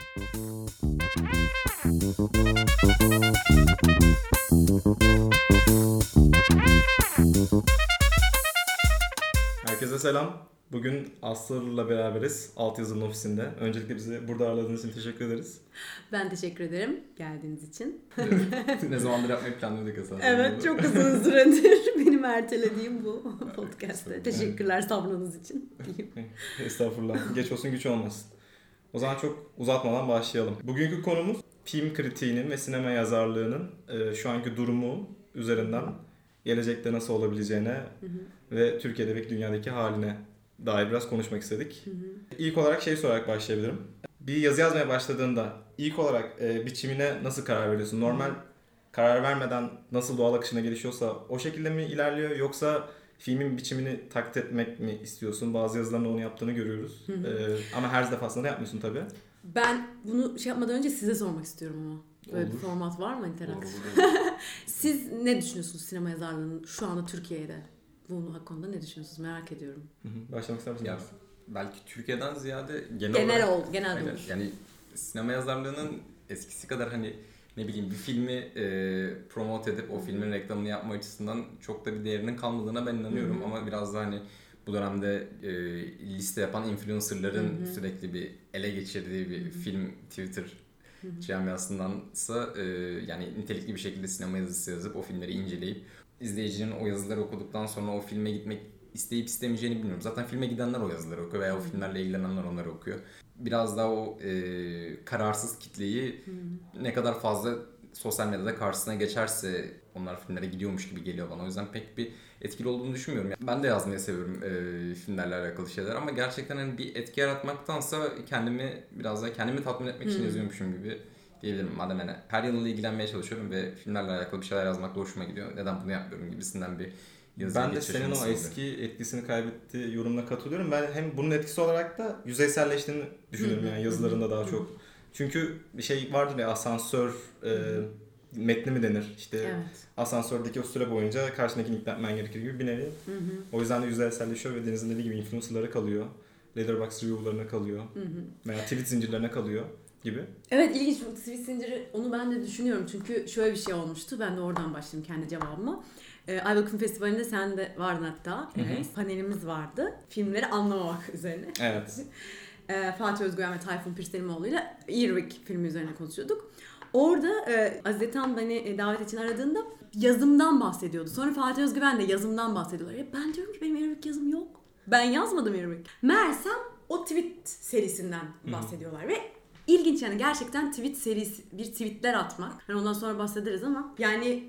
Herkese selam. Bugün Aslı'yla beraberiz Altyazı'nın ofisinde. Öncelikle bizi burada ağırladığınız için teşekkür ederiz. Ben teşekkür ederim geldiğiniz için. Ne zamandır yapmayı planlıyorduk aslında. Evet, çok uzun süredir benim ertelediğim bu podcast'te. Teşekkürler sabrınız için. Estağfurullah. Geç olsun güç olmasın. O zaman çok uzatmadan başlayalım. Bugünkü konumuz film kritiğinin ve sinema yazarlığının şu anki durumu üzerinden gelecekte nasıl olabileceğine ve Türkiye'de ve dünyadaki haline dair biraz konuşmak istedik. İlk olarak sorarak başlayabilirim. Bir yazı yazmaya başladığında ilk olarak biçimine nasıl karar veriyorsun? Normal karar vermeden nasıl doğal akışına gelişiyorsa o şekilde mi ilerliyor, yoksa filmin biçimini taklit etmek mi istiyorsun? Bazı yazılarında onu yaptığını görüyoruz. Ama her defasında yapmıyorsun tabii. Ben bunu yapmadan önce size sormak istiyorum ama. Böyle bir format var mı interaktif? Siz ne düşünüyorsunuz sinema yazarlığının şu anda Türkiye'de? Bunun hakkında ne düşünüyorsunuz? Merak ediyorum. Başlamak ister misin? Belki Türkiye'den ziyade genel olur. Yani sinema yazarlığının eskisi kadar ne bileyim bir filmi promote edip o filmin reklamını yapma açısından çok da bir değerinin kalmadığına ben inanıyorum. Ama biraz da bu dönemde liste yapan influencerların sürekli bir ele geçirdiği bir film Twitter camiasındansa yani nitelikli bir şekilde sinema yazısı yazıp o filmleri inceleyip izleyicinin o yazıları okuduktan sonra o filme gitmek isteyip istemeyeceğini bilmiyorum. Zaten filme gidenler o yazıları okuyor veya o filmlerle ilgilenenler onları okuyor. Biraz daha o kararsız kitleyi ne kadar fazla sosyal medyada karşısına geçerse onlar filmlere gidiyormuş gibi geliyor bana. O yüzden pek bir etkili olduğunu düşünmüyorum. Ben de yazmayı seviyorum filmlerle alakalı şeyler ama gerçekten bir etki yaratmaktansa kendimi tatmin etmek için yazıyormuşum gibi diyebilirim. Madem her yanıyla ilgilenmeye çalışıyorum ve filmlerle alakalı bir şeyler yazmak da hoşuma gidiyor. Neden bunu yapmıyorum gibisinden bir yazıya Ben de senin o eski etkisini kaybettiği yorumuna katılıyorum. Ben hem bunun etkisi olarak da yüzeyselleştiğini düşünüyorum yani yazılarında daha çok. Çünkü bir şey vardır ya, asansör metni mi denir? İşte asansördeki o süre boyunca karşındakini ikna etmen gerekir gibi bir nevi. O yüzden de yüzeyselleşiyor ve Deniz'in dediği gibi influencer'lara kalıyor. Letterboxd review'larına kalıyor. Veya tweet zincirlerine kalıyor gibi. Evet, ilginç. Tweet zinciri, onu ben de düşünüyorum. Çünkü şöyle bir şey olmuştu. Ben de oradan başlayayım kendi cevabıma. Ayvalık Film Festivali'nde sen de vardın hatta. Panelimiz vardı. Filmleri anlamamak üzerine. Evet. Fatih Özgüven ve Tayfun Pirselimoğlu'yla Earwig filmi üzerine konuşuyorduk. Orada Azize Tan beni davet için aradığında yazımdan bahsediyordu. Sonra Fatih Özgüven de yazımdan bahsediyorlar. Ben diyorum ki benim Earwig yazım yok. Ben yazmadım Earwig. Meğersem o tweet serisinden bahsediyorlar ve İlginç yani, gerçekten tweet serisi, bir tweetler atmak. Ondan sonra bahsederiz ama yani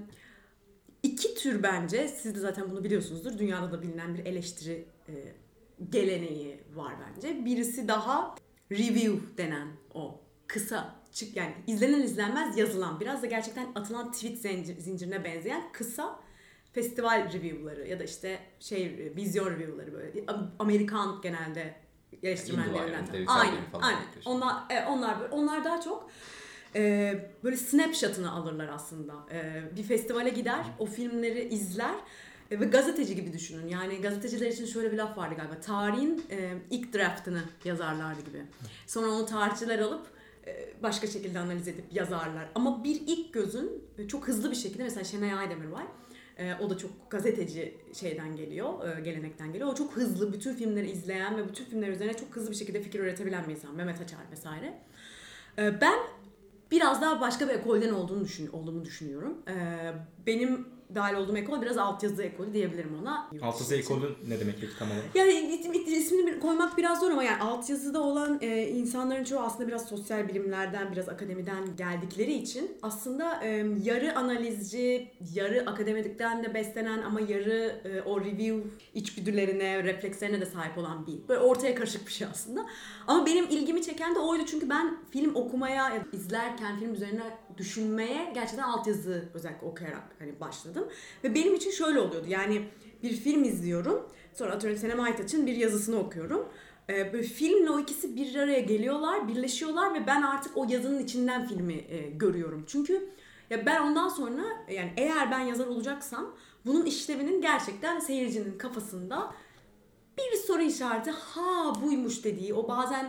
iki tür bence, siz de zaten bunu biliyorsunuzdur. Dünyada da bilinen bir eleştiri geleneği var bence. Birisi daha review denen o kısa, yani izlenen izlenmez yazılan, biraz da gerçekten atılan tweet zincirine benzeyen kısa festival review'ları ya da işte vizyon review'ları, böyle Amerikan genelde eleştirmenlerinden. Aynen. Onlar daha çok böyle snapshot'ını alırlar aslında. Bir festivale gider, o filmleri izler ve gazeteci gibi düşünün. Yani gazeteciler için şöyle bir laf vardı galiba. Tarihin ilk draft'ını yazarlardı gibi. Sonra onu tarihçiler alıp başka şekilde analiz edip yazarlar. Ama bir ilk gözün çok hızlı bir şekilde, mesela Şenay Aydemir var. O da çok gazeteci gelenekten geliyor. O çok hızlı bütün filmleri izleyen ve bütün filmler üzerine çok hızlı bir şekilde fikir üretebilen bir insan. Mehmet Açar vesaire. Ben biraz daha başka bir ekolden olduğumu düşünüyorum. Benim dahil olduğum ekol biraz altyazı ekolü diyebilirim ona. Altyazı ekolü ne demek peki tam olarak? Yani ismini koymak biraz zor ama yani altyazıda olan insanların çoğu aslında biraz sosyal bilimlerden, biraz akademiden geldikleri için aslında yarı analizci, yarı akademikten de beslenen ama yarı o review içgüdülerine, reflekslerine de sahip olan böyle ortaya karışık bir şey aslında. Ama benim ilgimi çeken de oydu, çünkü ben film okumaya, izlerken film üzerine düşünmeye gerçekten altyazı özellikle okuyarak başladım. Ve benim için şöyle oluyordu, yani bir film izliyorum, sonra atıyorum Senem Aytaç'ın bir yazısını okuyorum. Böyle filmle o ikisi bir araya geliyorlar, birleşiyorlar ve ben artık o yazının içinden filmi görüyorum. Çünkü ya ben ondan sonra, yani eğer ben yazar olacaksam bunun işlevinin gerçekten seyircinin kafasında bir soru işareti, buymuş dediği, o bazen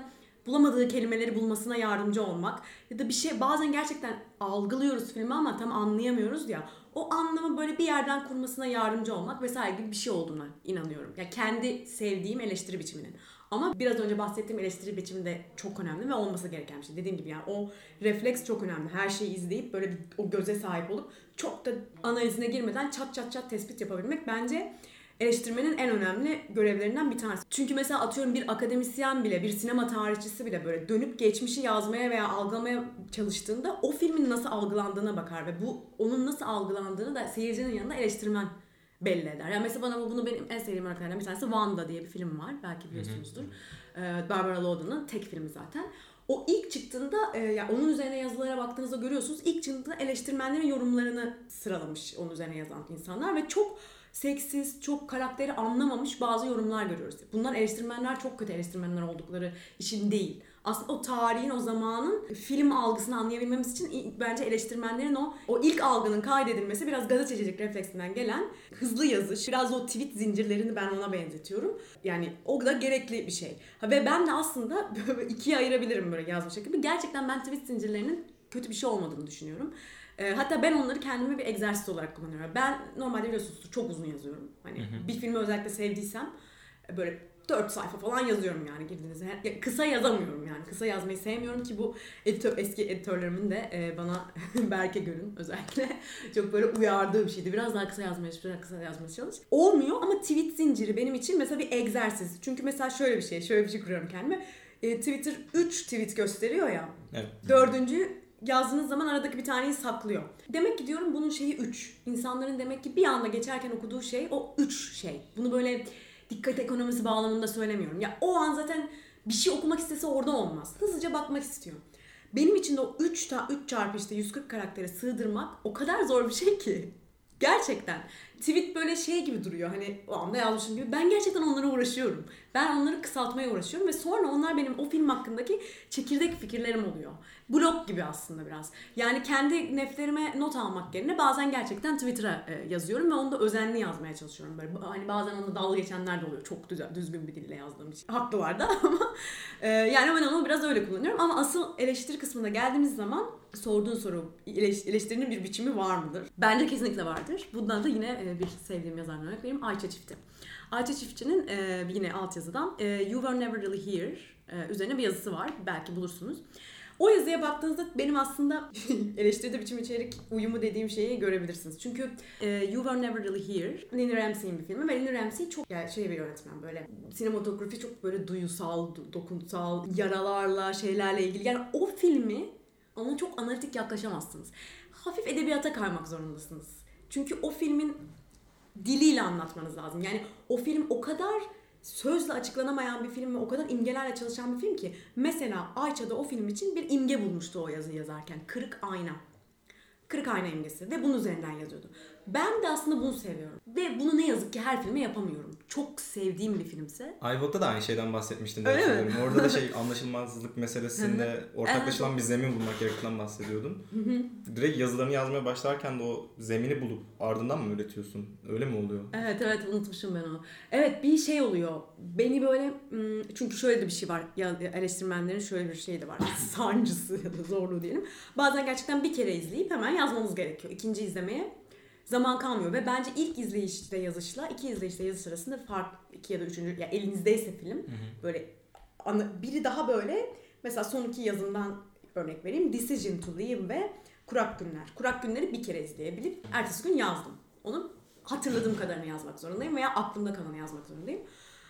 bulamadığı kelimeleri bulmasına yardımcı olmak ya da bir şey bazen gerçekten algılıyoruz filmi ama tam anlayamıyoruz ya, o anlamı böyle bir yerden kurmasına yardımcı olmak vesaire gibi bir şey olduğuna inanıyorum. Ya kendi sevdiğim eleştiri biçiminin. Ama biraz önce bahsettiğim eleştiri biçimi de çok önemli ve olması gereken bir şey. Dediğim gibi yani o refleks çok önemli. Her şeyi izleyip böyle o göze sahip olup çok da analizine girmeden çat tespit yapabilmek bence eleştirmenin en önemli görevlerinden bir tanesi. Çünkü mesela atıyorum bir akademisyen bile, bir sinema tarihçisi bile böyle dönüp geçmişi yazmaya veya algılamaya çalıştığında o filmin nasıl algılandığına bakar ve bu onun nasıl algılandığını da seyircinin yanında eleştirmen belli eder. Yani mesela bunu benim en sevdiğim örneklerden bir tanesi Wanda diye bir film var. Belki biliyorsunuzdur. Barbara Loden'ın tek filmi zaten. O ilk çıktığında yani onun üzerine yazılara baktığınızda görüyorsunuz. İlk çıktığında eleştirmenlerin yorumlarını sıralamış onun üzerine yazan insanlar ve çok seksist, çok karakteri anlamamış bazı yorumlar görüyoruz. Bunlar eleştirmenler çok kötü eleştirmenler oldukları için değil. Aslında o tarihin, o zamanın film algısını anlayabilmemiz için bence eleştirmenlerin o ilk algının kaydedilmesi biraz gazetecilik refleksinden gelen hızlı yazış. Biraz o tweet zincirlerini ben ona benzetiyorum. Yani o da gerekli bir şey. Ve ben de aslında ikiye ayırabilirim böyle yazma şekilde. Gerçekten ben tweet zincirlerinin kötü bir şey olmadığını düşünüyorum. Hatta ben onları kendime bir egzersiz olarak kullanıyorum. Ben normalde biliyorsunuz çok uzun yazıyorum. Hani bir filmi özellikle sevdiysem böyle 4 sayfa falan yazıyorum yani girdiğinizde. Kısa yazamıyorum yani. Kısa yazmayı sevmiyorum ki bu eski editörlerimin de bana Berke Görün özellikle çok böyle uyardığı bir şeydi. Biraz daha kısa yazmaya çalış. Olmuyor ama tweet zinciri benim için mesela bir egzersiz. Çünkü mesela şöyle bir şey kuruyorum kendime. Twitter 3 tweet gösteriyor ya. Evet. 4. yazdığınız zaman aradaki bir taneyi saklıyor. Demek ki diyorum bunun şeyi 3. İnsanların demek ki bir anda geçerken okuduğu şey o 3 şey. Bunu böyle dikkat ekonomisi bağlamında söylemiyorum. Ya o an zaten bir şey okumak istese orada olmaz. Hızlıca bakmak istiyor. Benim için de o 3 çarpı işte 140 karaktere sığdırmak o kadar zor bir şey ki. Gerçekten. Tweet böyle şey gibi duruyor. Hani o anda yazmışım gibi. Ben gerçekten onlara uğraşıyorum. Ben onları kısaltmaya uğraşıyorum ve sonra onlar benim o film hakkındaki çekirdek fikirlerim oluyor. Blog gibi aslında biraz. Yani kendi neflerime not almak yerine bazen gerçekten Twitter'a yazıyorum ve onu da özenli yazmaya çalışıyorum. Böyle hani bazen onda dalga geçenler de oluyor. Çok düzgün bir dille yazdığım için. Haklılar da ama yani ben onu biraz öyle kullanıyorum. Ama asıl eleştiri kısmına geldiğimiz zaman sorduğun soru eleştirinin bir biçimi var mıdır? Bence kesinlikle vardır. Bundan da yine bir sevdiğim yazardan örnek vereyim. Ayça Çiftçi. Ayça Çiftçi'nin yine altyazıdan You Were Never Really Here üzerine bir yazısı var. Belki bulursunuz. O yazıya baktığınızda benim aslında eleştiride biçim içerik uyumu dediğim şeyi görebilirsiniz. Çünkü You Were Never Really Here, Lynne Ramsey'in bir filmi ve Lynne Ramsey çok yani bir yönetmen böyle. Sinematografi çok böyle duyusal, dokunsal, yaralarla, şeylerle ilgili. Yani o filmi ona çok analitik yaklaşamazsınız. Hafif edebiyata kaymak zorundasınız. Çünkü o filmin diliyle anlatmanız lazım. Yani o film o kadar sözle açıklanamayan bir film ve o kadar imgelerle çalışan bir film ki. Mesela Ayça da o film için bir imge bulmuştu o yazıyı yazarken. Kırık ayna. Kırık ayna imgesi ve bunun üzerinden yazıyordu. Ben de aslında bunu seviyorum. Ve bunu ne yazık ki her filme yapamıyorum. Çok sevdiğim bir filmse. Ayvalık'ta da aynı şeyden bahsetmiştin. Öyle mi? Orada da anlaşılmazlık meselesinde ortaklaşılan bir zemin bulmak gerektiğinden bahsediyordun. Direkt yazılarını yazmaya başlarken de o zemini bulup ardından mı üretiyorsun? Öyle mi oluyor? Evet unutmuşum ben onu. Evet bir şey oluyor. Beni böyle çünkü şöyle de bir şey var. Eleştirmenlerin şöyle bir şeyi de var. Sancısı ya da zorluğu diyelim. Bazen gerçekten bir kere izleyip hemen yazmanız gerekiyor. İkinci izlemeye zaman kalmıyor ve bence ilk izleyişte yazışla iki izleyişte yazış arasında fark 2 ya da 3. ya elinizdeyse film böyle biri daha böyle mesela son 2 yazımdan örnek vereyim. Decision to Leave ve Kurak Günler. Kurak Günleri bir kere izleyebilip ertesi gün yazdım. Onu hatırladığım kadarını yazmak zorundayım veya aklımda kalanı yazmak zorundayım.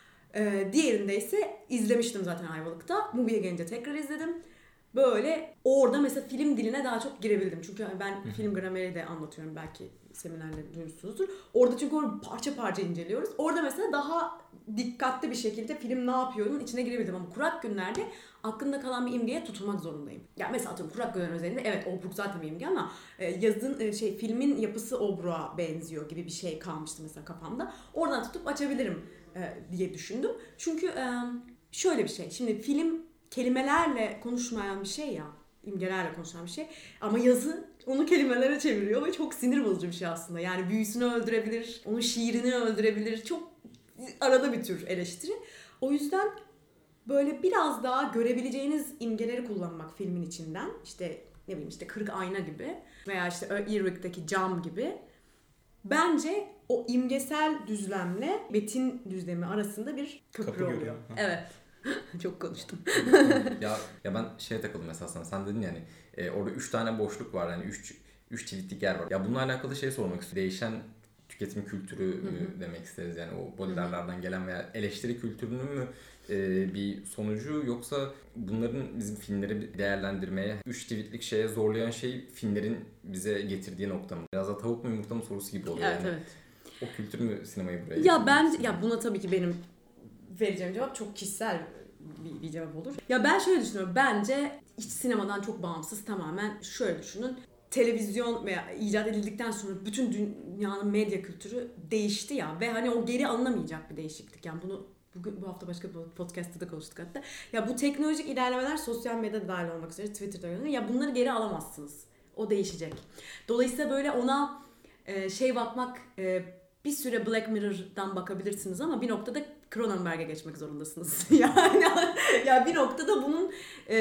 Diğerinde ise izlemiştim zaten Ayvalık'ta. Movie'ye gelince tekrar izledim. Böyle orada mesela film diline daha çok girebildim. Çünkü ben film grameri de anlatıyorum. Belki seminerleri duymuşsunuzdur. Orada çünkü parça parça inceliyoruz. Orada mesela daha dikkatli bir şekilde film ne yapıyor'nun içine girebildim. Ama Kurak Günler'de aklımda kalan bir imgeye tutulmak zorundayım. Yani mesela atıyorum Kurak Günler üzerinde evet Obruk zaten bir imge ama filmin yapısı Obruk'a benziyor gibi bir şey kalmıştı mesela kafamda. Oradan tutup açabilirim diye düşündüm. Çünkü şöyle bir şey. Şimdi film kelimelerle konuşmayan bir şey ya. İmgelerle konuşan bir şey. Ama yazı onu kelimelere çeviriyor ve çok sinir bozucu bir şey aslında. Yani büyüsünü öldürebilir, onun şiirini öldürebilir. Çok arada bir tür eleştiri. O yüzden böyle biraz daha görebileceğiniz imgeleri kullanmak filmin içinden. İşte ne bileyim işte kırık ayna gibi veya işte Earwig'deki cam gibi. Bence o imgesel düzlemle metin düzlemi arasında bir köprü oluyor. Evet. Çok konuştum. ya ben şeye takıldım mesela sana. Sen dedin yani orada 3 tane boşluk var. Yani 3 tweetlik yer var. Ya bununla alakalı şey sormak istiyorum. Değişen tüketim kültürü demek isteriz. Yani o bodylerden gelen veya eleştiri kültürünün mü bir sonucu, yoksa bunların bizim filmleri değerlendirmeye 3 tweetlik şeye zorlayan şey filmlerin bize getirdiği nokta mı? Biraz da tavuk mu yumurta mı sorusu gibi oluyor. Evet, yani. evet. O kültür mü sinemayı buraya Ya bence buna tabii ki benim vereceğim cevap çok kişisel bir cevap olur. Ya ben şöyle düşünüyorum. Bence hiç sinemadan çok bağımsız, tamamen şöyle düşünün. Televizyon veya icat edildikten sonra bütün dünyanın medya kültürü değişti ya ve hani o geri alınamayacak bir değişiklik. Yani bunu bu hafta başka bir podcast'ta da konuştuk hatta. Ya bu teknolojik ilerlemeler sosyal medyada dahil olmak üzere Twitter'da ya bunları geri alamazsınız. O değişecek. Dolayısıyla böyle ona bakmak, bir süre Black Mirror'dan bakabilirsiniz ama bir noktada Cronenberg'e geçmek zorundasınız. Yani ya bir noktada bunun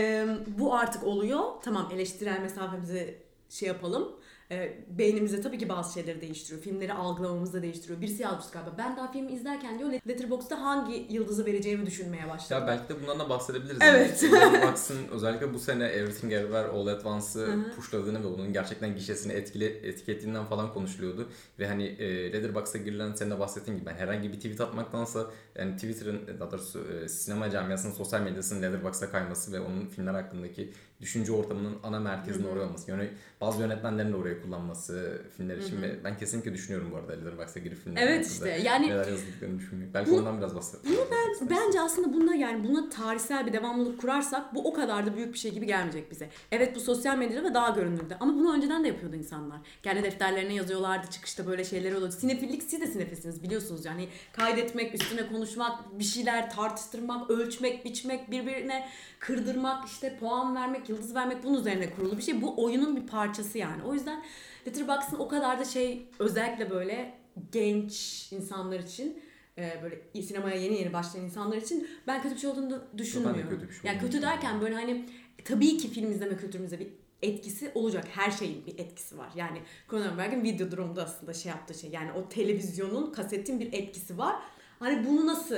bu artık oluyor. Tamam, eleştirel mesafemizi yapalım. Beynimizde tabii ki bazı şeyleri değiştiriyor. Filmleri algılamamızı da değiştiriyor. Birisi yazmış galiba. Ben daha filmi izlerken diyor Letterboxd'da hangi yıldızı vereceğimi düşünmeye başladım. Ya belki de bundan da bahsedebiliriz. Evet. Yani Letterboxd'ın özellikle bu sene Everything Everywhere All at Once'ı pushladığını ve onun gerçekten gişesini etikettiğinden falan konuşuluyordu. Ve hani Letterboxd'a girilen, senin de bahsettiğin gibi, herhangi bir tweet atmaktansa yani Twitter'ın, daha doğrusu sinema camiasının sosyal medyasının Letterboxd'a kayması ve onun filmler hakkındaki düşünce ortamının ana merkezinde oraya olması. Yani bazı yönetmenlerin de oraya kullanması filmler için ve ben kesinlikle düşünüyorum bu arada Letterboxd'a girip filmler evet işte yani neler yazdıklarını düşünmüyorum. Belki ondan biraz bahsedelim. Bence aslında buna tarihsel bir devamlılık kurarsak bu o kadar da büyük bir şey gibi gelmeyecek bize. Evet, bu sosyal medyada ve daha görünürde ama bunu önceden de yapıyordu insanlar. Kendi defterlerine yazıyorlardı, çıkışta böyle şeyler oluyordu. Sinefillik, siz de sinefilsiniz biliyorsunuz yani, kaydetmek, üstüne konuşmak, bir şeyler tartıştırmak, ölçmek, biçmek, birbirine kırdırmak, işte puan vermek, yıldız vermek, bunun üzerine kurulu bir şey. Bu oyunun bir parçası yani. O yüzden Letterboxd'ın o kadar da özellikle böyle genç insanlar için, böyle sinemaya yeni başlayan insanlar için ben kötü bir şey olduğunu düşünmüyorum. Yani kötü derken böyle hani tabii ki film izleme kültürümüze bir etkisi olacak. Her şeyin bir etkisi var. Yani Cronenberg'in Videodrome'da aslında yaptığı yani o televizyonun, kasetin bir etkisi var. Hani bunu nasıl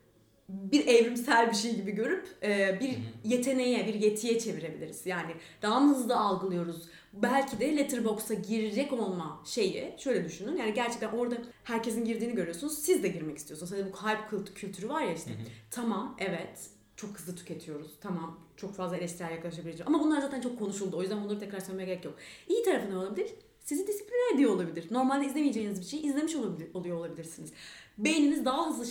bir evrimsel bir şey gibi görüp bir yeteneğe, bir yetiye çevirebiliriz. Yani daha mı hızlı algılıyoruz? Belki de Letterboxd'a girecek olma şöyle düşünün. Yani gerçekten orada herkesin girdiğini görüyorsunuz. Siz de girmek istiyorsunuz. Hani bu hype kültürü var ya işte. Tamam, evet. Çok hızlı tüketiyoruz. Tamam, çok fazla eleştirel yaklaşabiliriz. Ama bunlar zaten çok konuşuldu. O yüzden bunları tekrar söylemeye gerek yok. İyi tarafı ne olabilir? Sizi disipline ediyor olabilir. Normalde izlemeyeceğiniz bir şeyi izlemiş oluyor olabilirsiniz. Beyniniz daha hızlı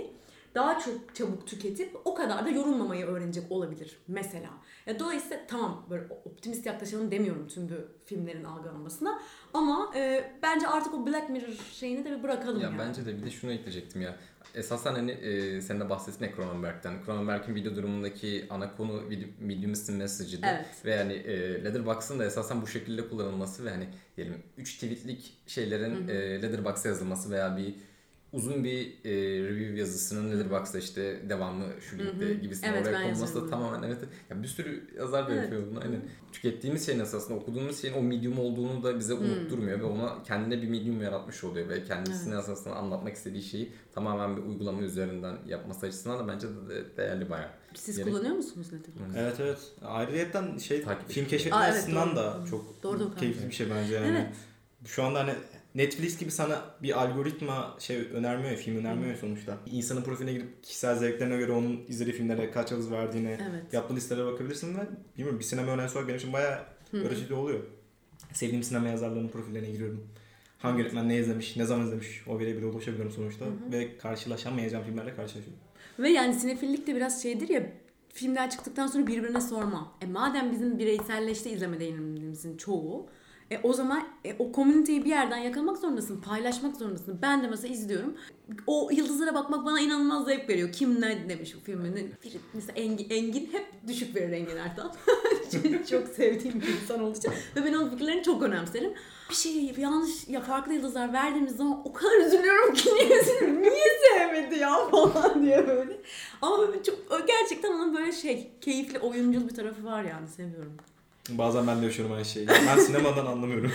daha çok çabuk tüketip o kadar da yorulmamayı öğrenecek olabilir mesela. Dolayısıyla tamam, böyle optimist yaklaşalım demiyorum tüm bu filmlerin algılanmasına ama bence artık o Black Mirror şeyini de bir bırakalım yani. Bence de bir de şunu ekleyecektim ya. Esasen hani senin de bahsettin ya Cronenberg'den. Cronenberg'in video durumundaki ana konu Medium is the Message'dı. Evet. Ve yani Letterboxd'ın da esasen bu şekilde kullanılması ve hani diyelim 3 tweetlik şeylerin Letterboxd'a yazılması veya bir uzun bir review yazısının Letterboxd'da işte devamlı şu linkte gibisine oraya konması da tamamen ya bir sürü yazar da yapıyor bunu. Aynen. Tükettiğimiz şeyin esasında okuduğumuz şeyin o medium olduğunu da bize unutturmuyor ve ona kendine bir medium yaratmış oluyor ve kendisine esasında anlatmak istediği şeyi tamamen bir uygulama üzerinden yapması açısından da bence de değerli bayağı. Siz kullanıyor musunuz Letterboxd? Evet. Ayrıyeten film keşfetme açısından da çok keyifli bir şey bence yani. Evet. Şu anda hani Netflix gibi sana bir algoritma önermiyor ya, film önermiyor ya sonuçta. İnsanın profiline girip kişisel zevklerine göre onun izlediği filmlere kaç yıldız verdiğine, yaptığı listelere bakabilirsin ve bilmiyorum, bir sinema önerisi olarak benim için bayağı öğretici oluyor. Sevdiğim sinema yazarlarının profillerine giriyorum. Hangi yönetmen ne izlemiş, ne zaman izlemiş, o verebilir ulaşabiliyorum sonuçta. Ve karşılaşamayacağım filmlerle karşılaşıyorum. Ve yani sinefillik de biraz ya, filmler çıktıktan sonra birbirine sorma. Madem bizim bireyselleşti izleme deneyimimizin çoğu, o zaman o komüniteyi bir yerden yakalamak zorundasın, paylaşmak zorundasın. Ben de mesela izliyorum. O yıldızlara bakmak bana inanılmaz zevk veriyor. Kim ne demiş bu filmin? Mesela Engin hep düşük verir Engin Ertal. Çünkü çok sevdiğim bir insan olduğu için. Ve ben onun fikirlerini çok önemserim. Bir şey yanlış ya farklı yıldızlar verdiğimiz zaman o kadar üzülüyorum ki niye sevmedi ya falan diye böyle. Ama çok gerçekten onun böyle keyifli oyuncul bir tarafı var yani seviyorum. Bazen ben de yaşıyorum aynı şeyi. Ben sinemadan anlamıyorum.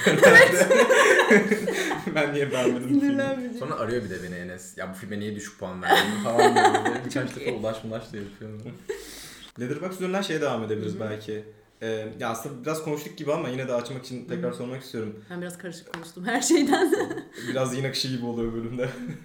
Ben niye beğenmedim filmi? Sonra arıyor bir de beni Enes. Ya bu filme niye düşük puan verdin falan diyor. Birkaç defa ulaş da yapıyorum. Letterboxd üzerinden devam edebiliriz belki. Ya aslında biraz konuştuk gibi ama yine de açmak için tekrar sormak istiyorum. Ben biraz karışık konuştum her şeyden. Biraz yine akışı gibi oluyor bölümde.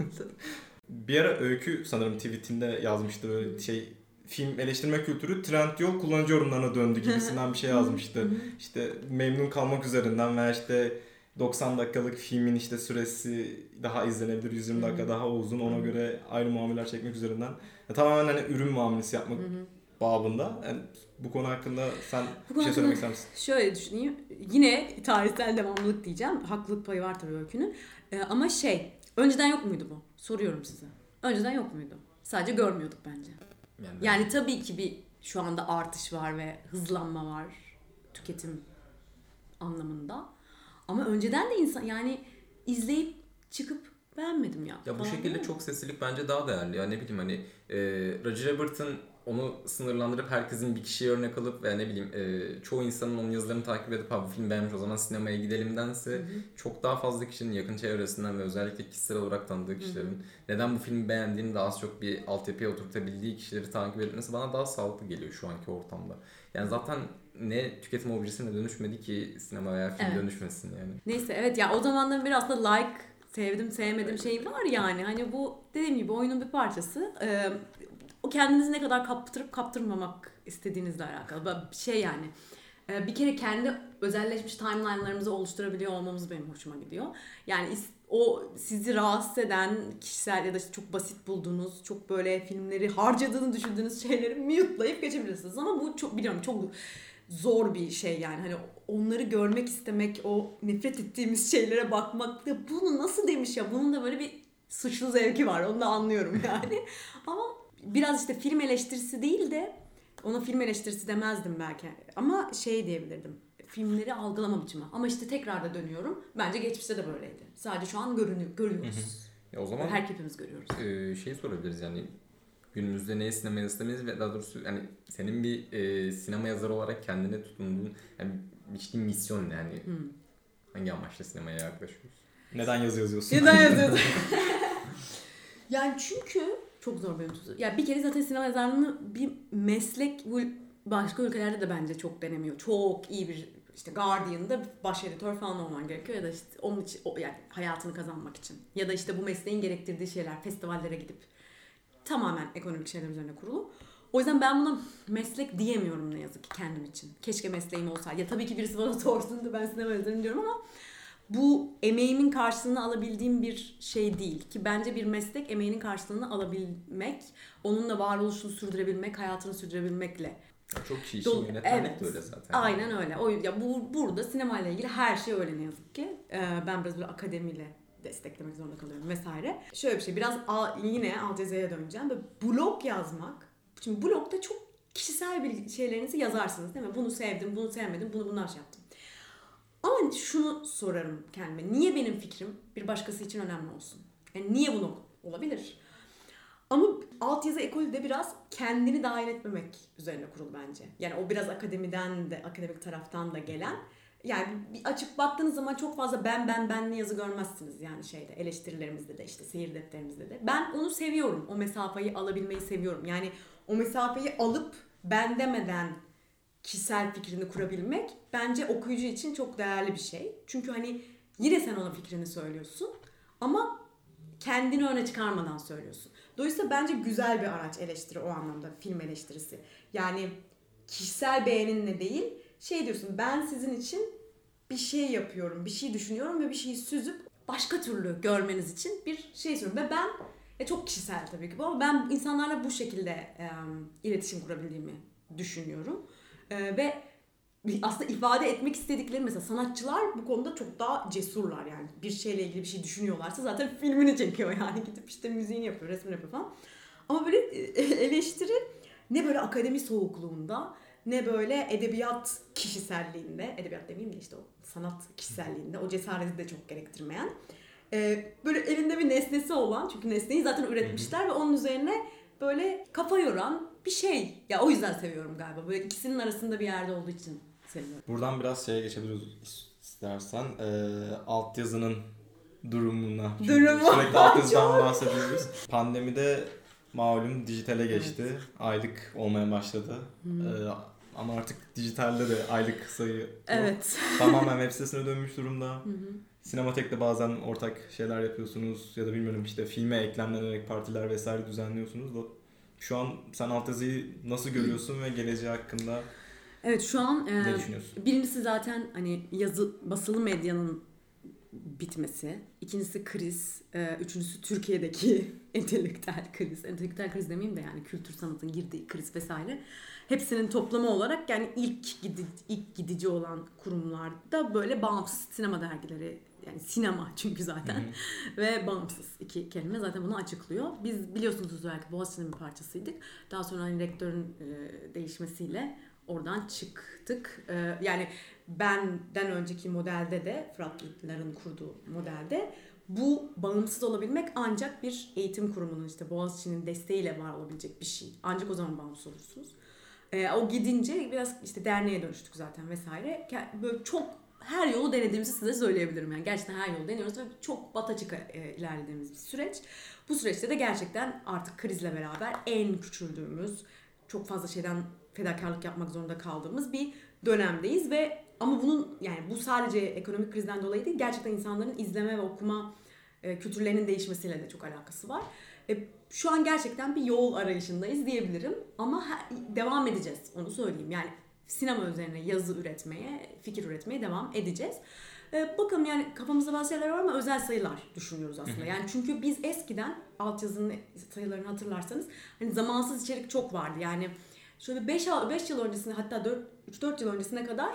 Bir ara Öykü sanırım tweetinde yazmıştı böyle film eleştirme kültürü Trendyol kullanıcı yorumlarına döndü gibisinden bir şey yazmıştı. İşte memnun kalmak üzerinden veya işte 90 dakikalık filmin süresi daha izlenebilir, 120 dakika daha uzun, ona göre ayrı muameleler çekmek üzerinden. Tamamen hani ürün muamelesi yapmak babında. Yani bu konu hakkında sen bir şey söylemek ister misin? Şöyle düşüneyim. Yine tarihsel devamlılık diyeceğim. Haklılık payı var tabii Öykü'nün. Ama önceden yok muydu bu? Soruyorum size. Önceden yok muydu? Sadece görmüyorduk bence. Yani tabii ki şu anda artış var ve hızlanma var tüketim anlamında. Ama önceden de insan izleyip çıkıp beğenmedim ya. Ya bu şekilde çok seslilik bence daha değerli. Ya ne bileyim hani Roger Ebert'ın onu sınırlandırıp herkesin bir kişiye örnek alıp ve ne bileyim çoğu insanın onun yazılarını takip edip bu film beğenmiş o zaman sinemaya gidelimdense çok daha fazla kişinin yakın çevresinden ve özellikle kişisel olarak tanıdığı kişilerin neden bu filmi beğendiğini daha az çok bir altyapıya oturtabildiği kişileri takip etmesi bana daha sağlıklı geliyor şu anki ortamda. Yani zaten ne tüketim objesine dönüşmedi ki sinema veya film dönüşmesin yani. Neyse evet ya o zamandan beri aslında sevdim sevmedim şey var yani hani bu dediğim gibi oyunun bir parçası. O kendinizi ne kadar kaptırıp kaptırmamak istediğinizle alakalı bir şey yani. Bir kere kendi özelleşmiş timeline'larımızı oluşturabiliyor olmamız benim hoşuma gidiyor. Yani o sizi rahatsız eden kişisel ya da çok basit bulduğunuz, çok böyle filmleri harcadığını düşündüğünüz şeyleri mute'layıp geçebilirsiniz. Ama bu çok biliyorum çok zor bir şey yani. Hani onları görmek istemek, o nefret ettiğimiz şeylere bakmak da bunu nasıl demiş ya? Bunun da böyle bir suçlu zevki var. Onu da anlıyorum yani. Ama biraz film eleştirisi değil de ona film eleştirisi demezdim belki. Ama diyebilirdim. Filmleri algılama biçimi. Ama tekrar da dönüyorum. Bence geçmişte de böyleydi. Sadece şu an görüyoruz. O zaman hepimiz görüyoruz. Sorabiliriz yani. Günümüzde neye sinema izlemeyiz ve daha doğrusu yani senin bir sinema yazarı olarak kendine tutunduğun bir misyon yani hangi amaçla sinemaya yaklaşıyorsun? Neden yazı yazıyorsun? Neden yazıyorsun? Yani çünkü çok zor benim tuzu. Ya bir kere zaten sinema yazarlığını bir meslek başka ülkelerde de bence çok denemiyor. Çok iyi bir Guardian'da baş editör falan olman gerekiyor ya da onun için yani hayatını kazanmak için ya da bu mesleğin gerektirdiği şeyler festivallere gidip tamamen ekonomik şeyler üzerine kurulu. O yüzden ben buna meslek diyemiyorum ne yazık ki kendim için. Keşke mesleğim olsaydı. Ya tabii ki birisi bana sorsun da ben sinema yazarım diyorum ama bu emeğimin karşılığını alabildiğim bir şey değil. Ki bence bir meslek emeğinin karşılığını alabilmek, onunla varoluşunu sürdürebilmek, hayatını sürdürebilmekle. Çok kişi için yönetmenlik de öyle zaten. Aynen öyle. Burada sinemayla ilgili her şey öyle ne yazık ki. Ben biraz böyle akademiyle desteklemek zorunda kalıyorum vesaire. Şöyle bir şey biraz yine Al Cezare'ye döneceğim. Böyle blog yazmak. Şimdi blogda çok kişisel bir şeylerinizi yazarsınız değil mi? Bunu sevdim, bunu sevmedim, bunlar yaptım. Ama şunu sorarım kendime. Niye benim fikrim bir başkası için önemli olsun? Yani niye bunu olabilir? Ama altyazı ekolü de biraz kendini dahil etmemek üzerine kurulu bence. Yani o biraz akademiden de, akademik taraftan da gelen. Yani bir açıp baktığınız zaman çok fazla benli yazı görmezsiniz yani eleştirilerimizde de seyir defterimizde de. Ben onu seviyorum. O mesafeyi alabilmeyi seviyorum. Yani o mesafeyi alıp ben demeden kişisel fikrini kurabilmek bence okuyucu için çok değerli bir şey. Çünkü yine sen ona fikrini söylüyorsun ama kendini öne çıkarmadan söylüyorsun. Dolayısıyla bence güzel bir araç eleştiri o anlamda film eleştirisi. Yani kişisel beğeninle değil diyorsun ben sizin için bir şey yapıyorum, bir şey düşünüyorum ve bir şeyi süzüp başka türlü görmeniz için bir şey söylüyorum. Ve ben çok kişisel tabii ki bu ama ben insanlarla bu şekilde iletişim kurabildiğimi düşünüyorum. Ve aslında ifade etmek istedikleri mesela sanatçılar bu konuda çok daha cesurlar yani. Bir şeyle ilgili bir şey düşünüyorlarsa zaten filmini çekiyor yani. Gidip müziğini yapıyor, resmini yapıyor falan. Ama böyle eleştiri ne böyle akademi soğukluğunda ne böyle edebiyat kişiselliğinde, edebiyat demeyeyim de işte o sanat kişiselliğinde o cesareti de çok gerektirmeyen. Böyle elinde bir nesnesi olan, çünkü nesneyi zaten üretmişler ve onun üzerine böyle kafa yoran bir şey. Ya o yüzden seviyorum galiba. Böyle ikisinin arasında bir yerde olduğu için seviyorum. Buradan biraz şeye geçebiliriz istersen. Altyazının durumuna. Sürekli altyazıdan bahsediyoruz. Pandemide malum dijitale geçti. Evet. Aylık olmaya başladı. Ama artık dijitalde de aylık sayı evet. tamamen web sitesine dönmüş durumda. Sinematek'te bazen ortak şeyler yapıyorsunuz ya da bilmiyorum işte filme eklemlenerek partiler vesaire düzenliyorsunuz da şu an sen altyazıyı nasıl görüyorsun ve geleceği hakkında evet, şu an ne düşünüyorsun? Birincisi zaten hani basılı medyanın bitmesi, ikincisi kriz, üçüncüsü Türkiye'deki entelektüel kriz demeyeyim de yani kültür sanatın girdiği kriz vesaire. Hepsinin toplamı olarak yani ilk gidici olan kurumlarda böyle bağımsız sinema dergileri, yani sinema çünkü zaten ve bağımsız iki kelime zaten bunu açıklıyor. Biz biliyorsunuz belki Boğaziçi'nin bir parçasıydık. Daha sonra hani rektörün değişmesiyle oradan çıktık. Yani benden önceki modelde de, Fıratlıların kurduğu modelde bu bağımsız olabilmek ancak bir eğitim kurumunun işte Boğaziçi'nin desteğiyle var olabilecek bir şey. Ancak o zaman bağımsız olursunuz. O gidince biraz işte derneğe dönüştük zaten vesaire. Böyle çok her yolu denediğimizi size söyleyebilirim. Yani gerçekten her yolu deniyoruz ve çok bata çıka ilerlediğimiz bir süreç. Bu süreçte de gerçekten artık krizle beraber en küçüldüğümüz, çok fazla şeyden fedakarlık yapmak zorunda kaldığımız bir dönemdeyiz ve ama bunun yani bu sadece ekonomik krizden dolayı değil, gerçekten insanların izleme ve okuma kültürlerinin değişmesiyle de çok alakası var. Şu an gerçekten bir yol arayışındayız diyebilirim ama devam edeceğiz, onu söyleyeyim. Yani sinema üzerine yazı üretmeye, fikir üretmeye devam edeceğiz. Bakalım yani kafamızda bazı şeyler var ama özel sayılar düşünüyoruz aslında. Yani çünkü biz eskiden altyazının sayılarını hatırlarsanız hani zamansız içerik çok vardı. Yani şöyle 5 yıl öncesine, hatta 3-4 yıl öncesine kadar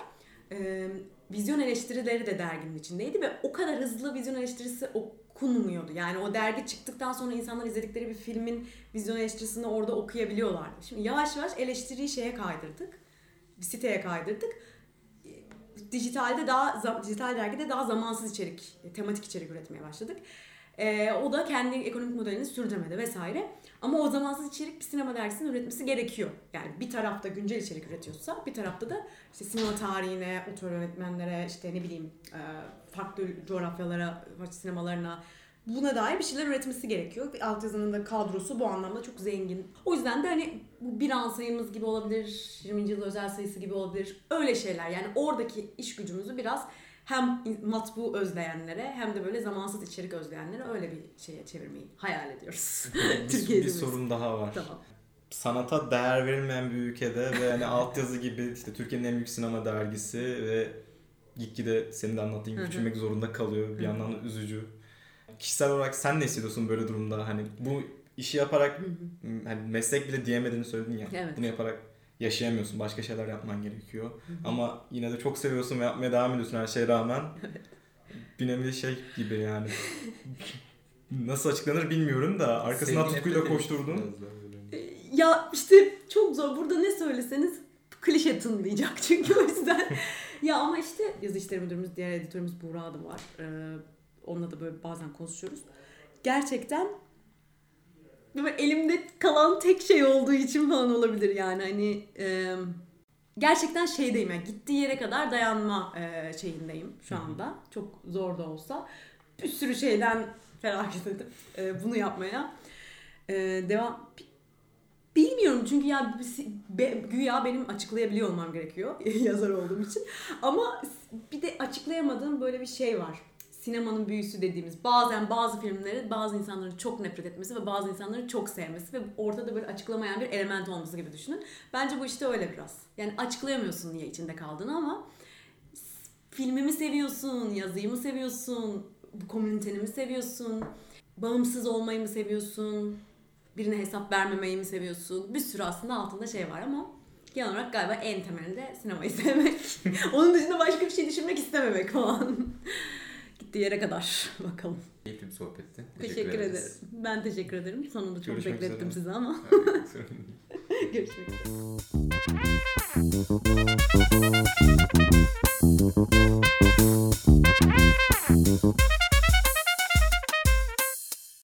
vizyon eleştirileri de derginin içindeydi ve o kadar hızlı vizyon eleştirisi okunmuyordu. Yani o dergi çıktıktan sonra insanlar izledikleri bir filmin vizyon eleştirisini orada okuyabiliyorlardı. Şimdi yavaş yavaş eleştiriyi şeye kaydırdık. Bir siteye kaydırdık. Dijital dergide daha zamansız içerik, tematik içerik üretmeye başladık. O da kendi ekonomik modelini sürdürmedi vesaire. Ama o zamansız içerik bir sinema dergisinin üretmesi gerekiyor. Yani bir tarafta güncel içerik üretiyorsa bir tarafta da işte sinema tarihine, otor yönetmenlere, işte ne bileyim farklı coğrafyalara, sinemalarına buna dair bir şeyler üretmesi gerekiyor. Altyazının da kadrosu bu anlamda çok zengin. O yüzden de hani bu bir an sayımız gibi olabilir, 20. yıl özel sayısı gibi olabilir. Öyle şeyler yani oradaki iş gücümüzü biraz hem matbu özleyenlere hem de böyle zamansız içerik özleyenlere öyle bir şeye çevirmeyi hayal ediyoruz. Bir sorun daha var. Tamam. Sanata değer verilmeyen bir ülkede ve yani altyazı gibi işte Türkiye'nin en büyük sinema dergisi ve gitgide senin de anlattığın gibi küçülmek zorunda kalıyor. Bir yandan da üzücü. Kişisel olarak sen ne hissediyorsun böyle durumda? Hani bu işi yaparak hani meslek bile diyemediğini söyledin ya. Evet. Bunu yaparak yaşayamıyorsun. Başka şeyler yapman gerekiyor. Ama yine de çok seviyorsun ve yapmaya devam ediyorsun her şeye rağmen. Bir nevi şey gibi yani. Nasıl açıklanır bilmiyorum da arkasından tutkuyla koşturdun. Ya işte çok zor. Burada ne söyleseniz klişe tınlayacak çünkü o yüzden. Ya ama işte yazı işleri müdürümüz, diğer editörümüz Buğra da var. Onunla da böyle bazen konuşuyoruz. Gerçekten böyle elimde kalan tek şey olduğu için falan olabilir yani hani gerçekten şeydeyim yani gittiği yere kadar dayanma şeyindeyim şu anda. Çok zor da olsa bir sürü şeyden feragat edip bunu yapmaya devam. Bilmiyorum çünkü ya güya benim açıklayabiliyor olmam gerekiyor yazar olduğum için. Ama bir de açıklayamadığım böyle bir şey var. Sinemanın büyüsü dediğimiz bazen bazı filmleri bazı insanların çok nefret etmesi ve bazı insanların çok sevmesi ve ortada böyle açıklamayan bir element olması gibi düşünün. Bence bu işte öyle biraz. Yani açıklayamıyorsun niye içinde kaldığını ama filmimi seviyorsun, yazıyı mı seviyorsun, bu komüniteni mi seviyorsun, bağımsız olmayı mı seviyorsun, birine hesap vermemeyi mi seviyorsun? Bir sürü aslında altında şey var ama genel olarak galiba en temelinde sinemayı sevmek. Onun dışında başka bir şey düşünmek istememek falan. Gittiği yere kadar bakalım. Keyifli bir sohbetti. Teşekkür ederim. Ben teşekkür ederim. Sonunda çok Görüşmek beklettim üzere. sizi ama. Görüşmek üzere.